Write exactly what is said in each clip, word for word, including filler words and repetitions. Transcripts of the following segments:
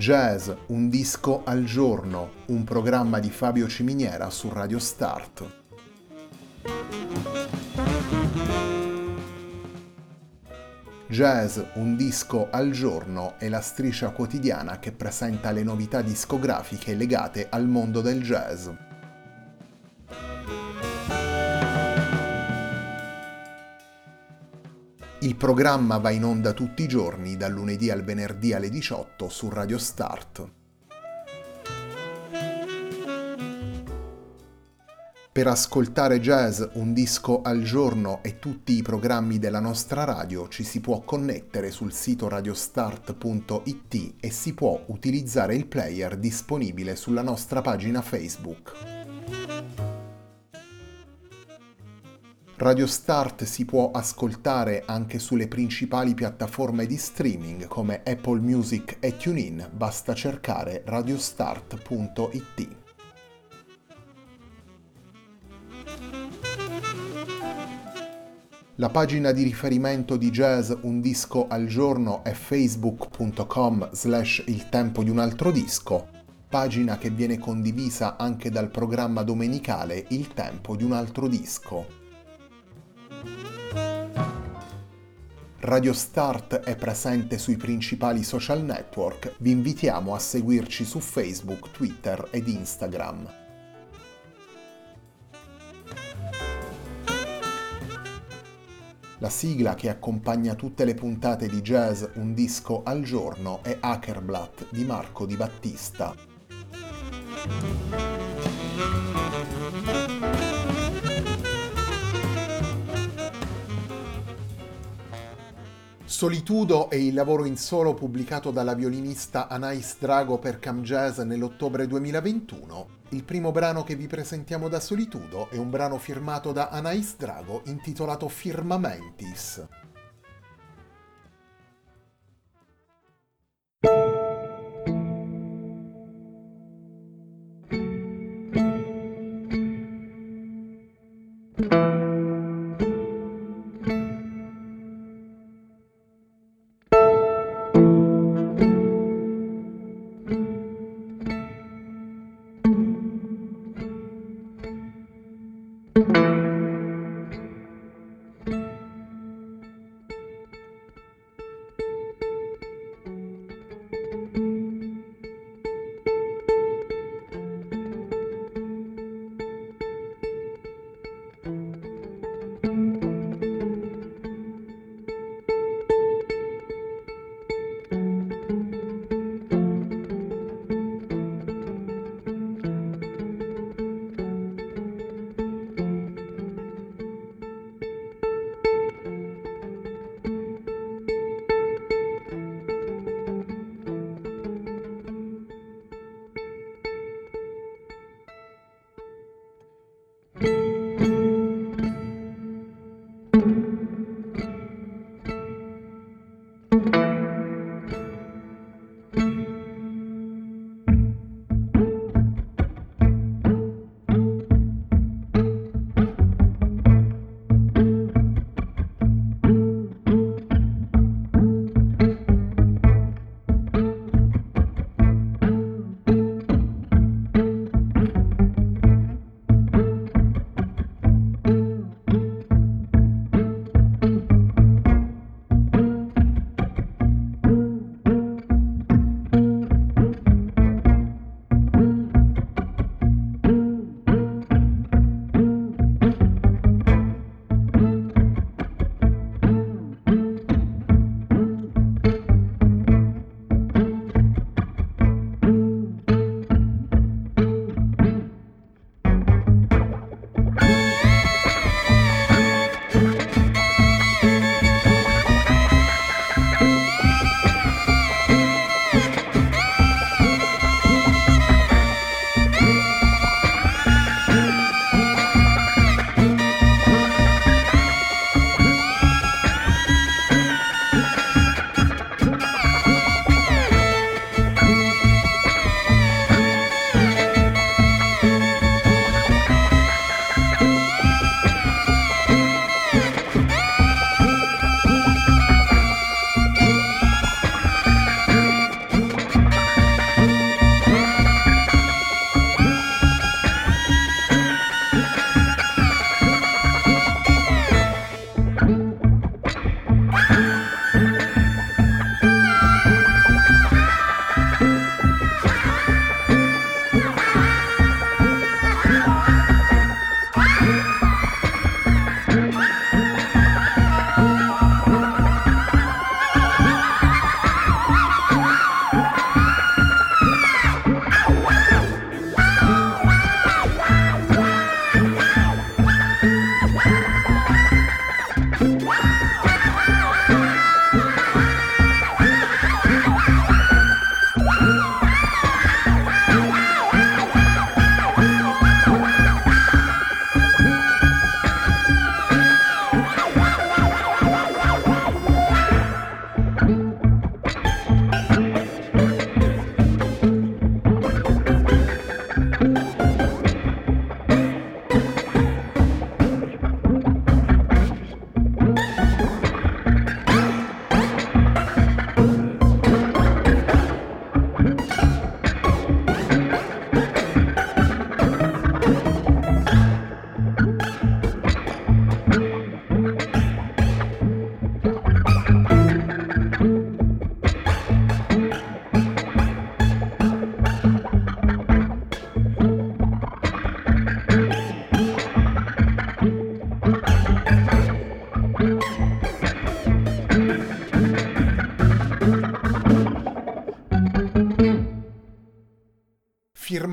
Jazz, un disco al giorno, un programma di Fabio Ciminiera su Radio Start. Jazz, un disco al giorno è la striscia quotidiana che presenta le novità discografiche legate al mondo del jazz. Il programma va in onda tutti i giorni, dal lunedì al venerdì alle diciotto su Radio Start. Per ascoltare Jazz, un disco al giorno e tutti i programmi della nostra radio ci si può connettere sul sito radiostart punto it e si può utilizzare il player disponibile sulla nostra pagina Facebook. Radio Start si può ascoltare anche sulle principali piattaforme di streaming come Apple Music e TuneIn, basta cercare radiostart punto it. La pagina di riferimento di Jazz Un Disco al Giorno è facebook punto com slash il tempo di un altro disco, pagina che viene condivisa anche dal programma domenicale Il tempo di un altro disco. Radio Start è presente sui principali social network, vi invitiamo a seguirci su Facebook, Twitter ed Instagram. La sigla che accompagna tutte le puntate di Jazz Un Disco al Giorno è Hackerblatt di Marco Di Battista. Solitudo è il lavoro in solo pubblicato dalla violinista Anais Drago per Cam Jazz nell'ottobre duemilaventuno. Il primo brano che vi presentiamo da Solitudo è un brano firmato da Anais Drago intitolato Firmamentis.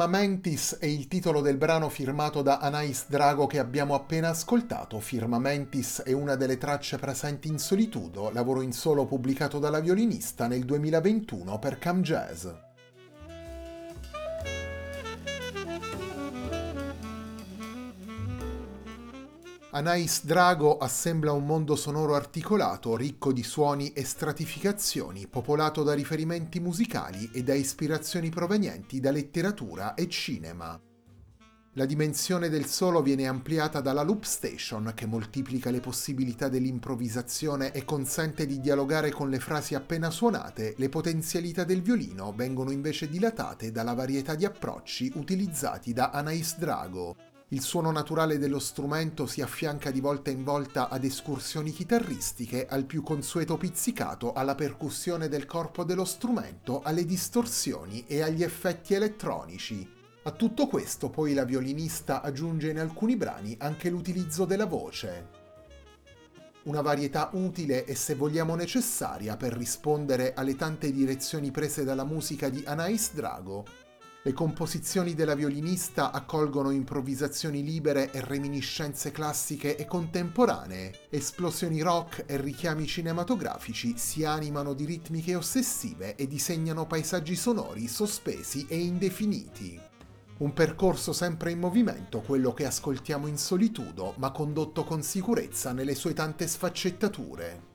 Firmamentis è il titolo del brano firmato da Anais Drago che abbiamo appena ascoltato. Firmamentis è una delle tracce presenti in Solitudo, lavoro in solo pubblicato dalla violinista nel duemilaventuno per Cam Jazz. Anais Drago assembla un mondo sonoro articolato, ricco di suoni e stratificazioni, popolato da riferimenti musicali e da ispirazioni provenienti da letteratura e cinema. La dimensione del solo viene ampliata dalla loop station, che moltiplica le possibilità dell'improvvisazione e consente di dialogare con le frasi appena suonate. Le potenzialità del violino vengono invece dilatate dalla varietà di approcci utilizzati da Anais Drago. Il suono naturale dello strumento si affianca di volta in volta ad escursioni chitarristiche, al più consueto pizzicato, alla percussione del corpo dello strumento, alle distorsioni e agli effetti elettronici. A tutto questo poi la violinista aggiunge in alcuni brani anche l'utilizzo della voce. Una varietà utile e, se vogliamo, necessaria per rispondere alle tante direzioni prese dalla musica di Anais Drago. Le composizioni della violinista accolgono improvvisazioni libere e reminiscenze classiche e contemporanee. Esplosioni rock e richiami cinematografici si animano di ritmiche ossessive e disegnano paesaggi sonori sospesi e indefiniti. Un percorso sempre in movimento, quello che ascoltiamo in Solitudo, ma condotto con sicurezza nelle sue tante sfaccettature.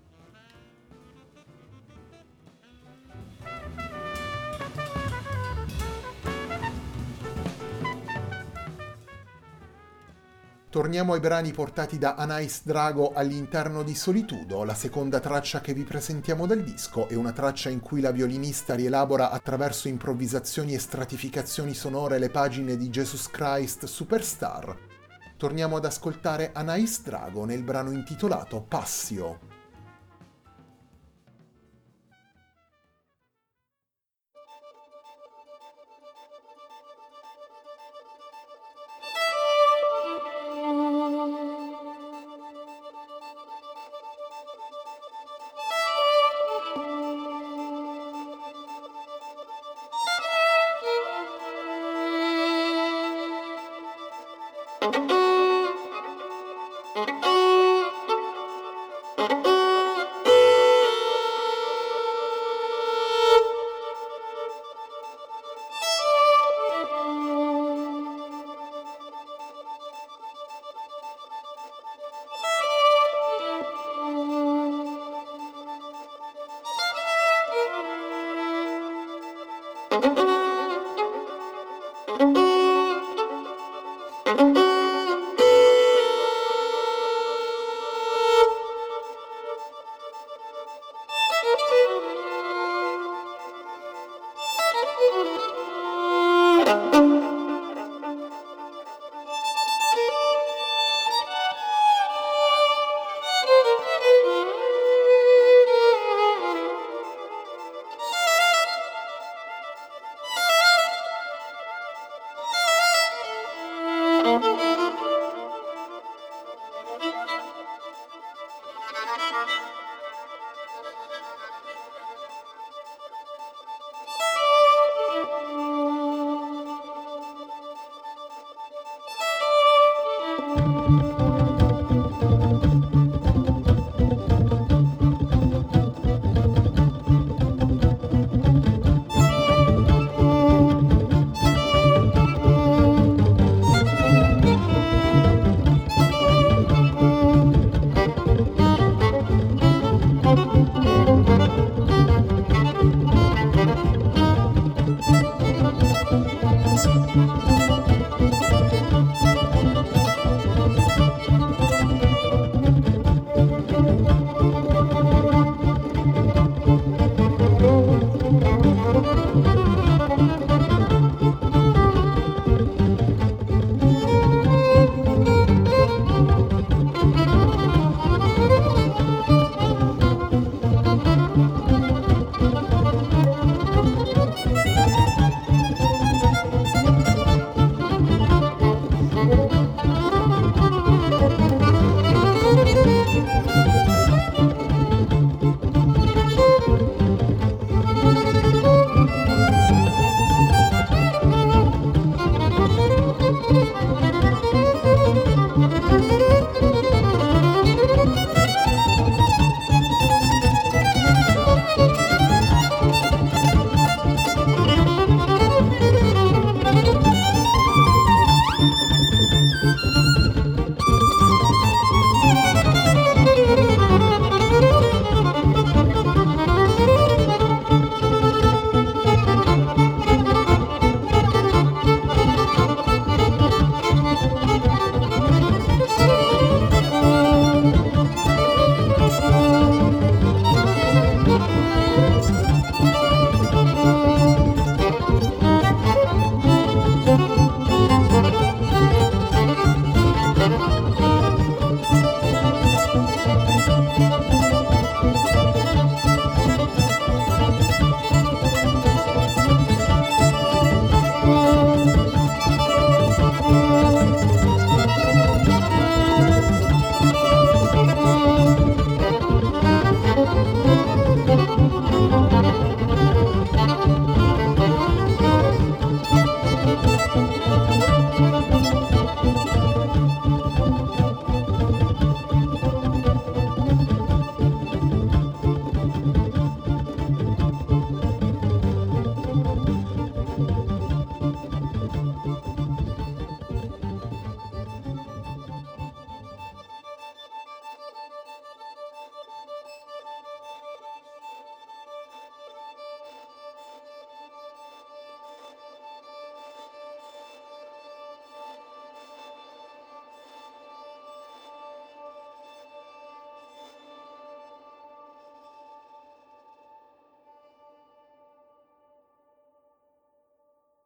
Torniamo ai brani portati da Anais Drago all'interno di Solitudo. La seconda traccia che vi presentiamo dal disco è una traccia in cui la violinista rielabora attraverso improvvisazioni e stratificazioni sonore le pagine di Jesus Christ Superstar. Torniamo ad ascoltare Anais Drago nel brano intitolato Passio.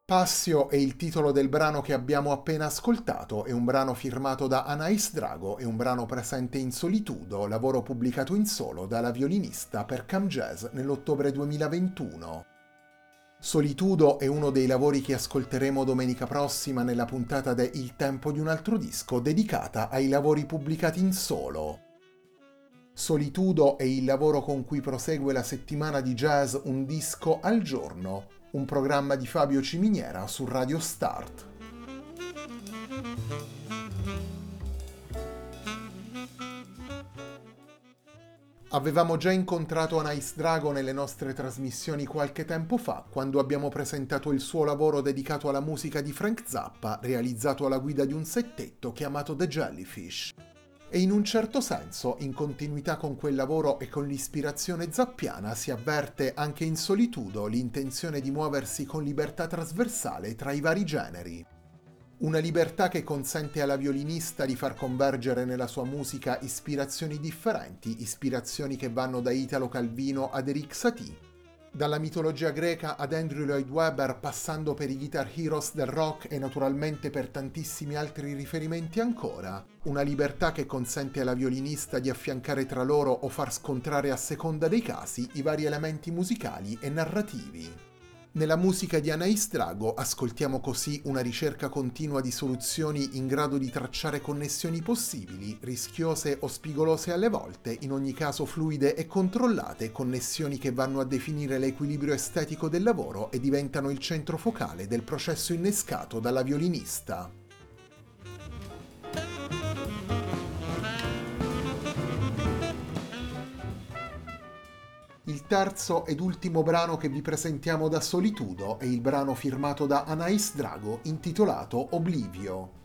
Passio è il titolo del brano che abbiamo appena ascoltato, è un brano firmato da Anais Drago, è un brano presente in Solitudo, lavoro pubblicato in solo dalla violinista per Cam Jazz nell'ottobre duemilaventuno. Solitudo è uno dei lavori che ascolteremo domenica prossima nella puntata de Il tempo di un altro disco dedicata ai lavori pubblicati in solo. Solitudo è il lavoro con cui prosegue la settimana di jazz Un disco al giorno, un programma di Fabio Ciminiera su Radio Start. Avevamo già incontrato Anais Drago nelle nostre trasmissioni qualche tempo fa, quando abbiamo presentato il suo lavoro dedicato alla musica di Frank Zappa, realizzato alla guida di un settetto chiamato The Jellyfish. E in un certo senso, in continuità con quel lavoro e con l'ispirazione zappiana, si avverte anche in Solitudo l'intenzione di muoversi con libertà trasversale tra i vari generi. Una libertà che consente alla violinista di far convergere nella sua musica ispirazioni differenti, ispirazioni che vanno da Italo Calvino ad Eric Satie, dalla mitologia greca ad Andrew Lloyd Webber, passando per i guitar heroes del rock e naturalmente per tantissimi altri riferimenti ancora. Una libertà che consente alla violinista di affiancare tra loro o far scontrare a seconda dei casi i vari elementi musicali e narrativi. Nella musica di Anais Drago ascoltiamo così una ricerca continua di soluzioni in grado di tracciare connessioni possibili, rischiose o spigolose alle volte, in ogni caso fluide e controllate, connessioni che vanno a definire l'equilibrio estetico del lavoro e diventano il centro focale del processo innescato dalla violinista. Il terzo ed ultimo brano che vi presentiamo da Solitudo è il brano firmato da Anais Drago intitolato Oblivio.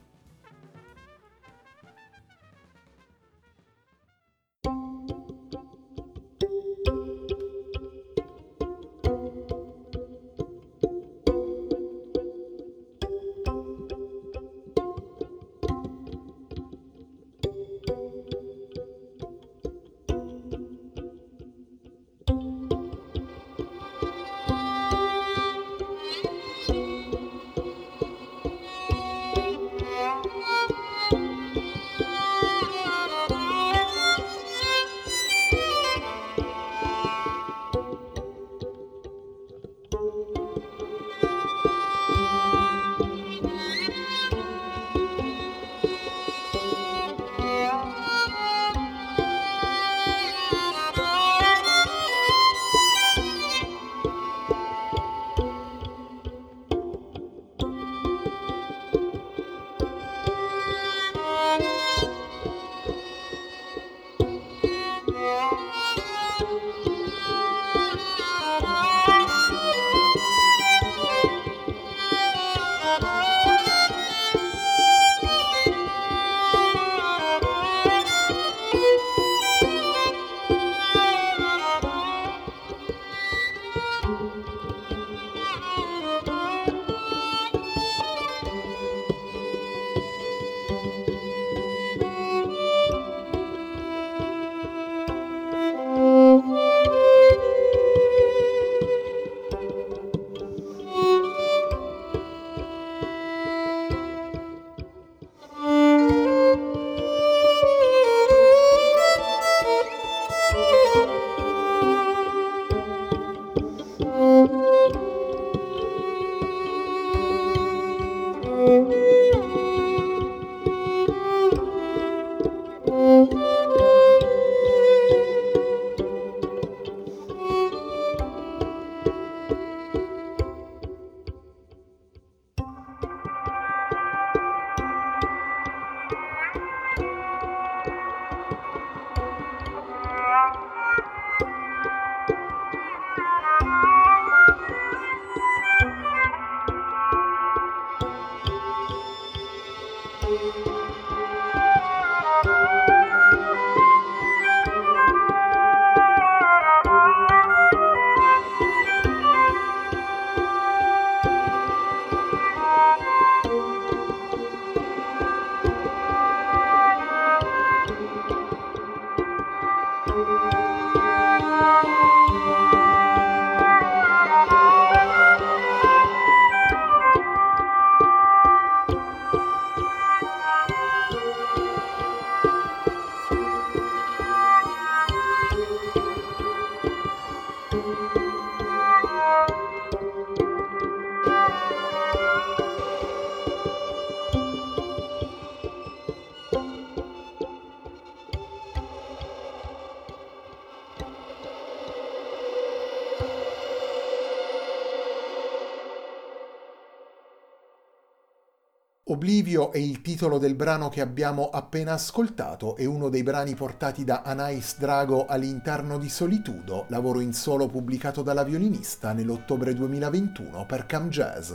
Oblivio è il titolo del brano che abbiamo appena ascoltato, è uno dei brani portati da Anais Drago all'interno di Solitudo, lavoro in solo pubblicato dalla violinista nell'ottobre duemilaventuno per Cam Jazz.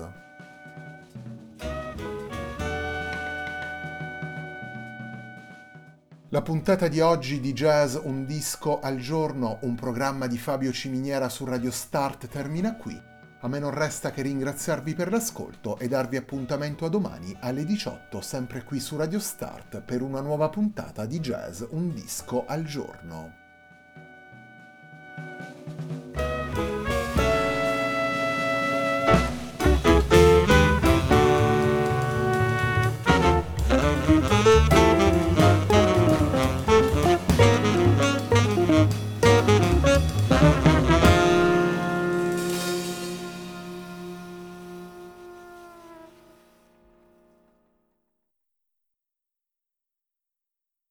La puntata di oggi di Jazz Un disco al giorno, un programma di Fabio Ciminiera su Radio Start, termina qui. A me non resta che ringraziarvi per l'ascolto e darvi appuntamento a domani alle diciotto, sempre qui su Radio Start, per una nuova puntata di Jazz Un disco al giorno.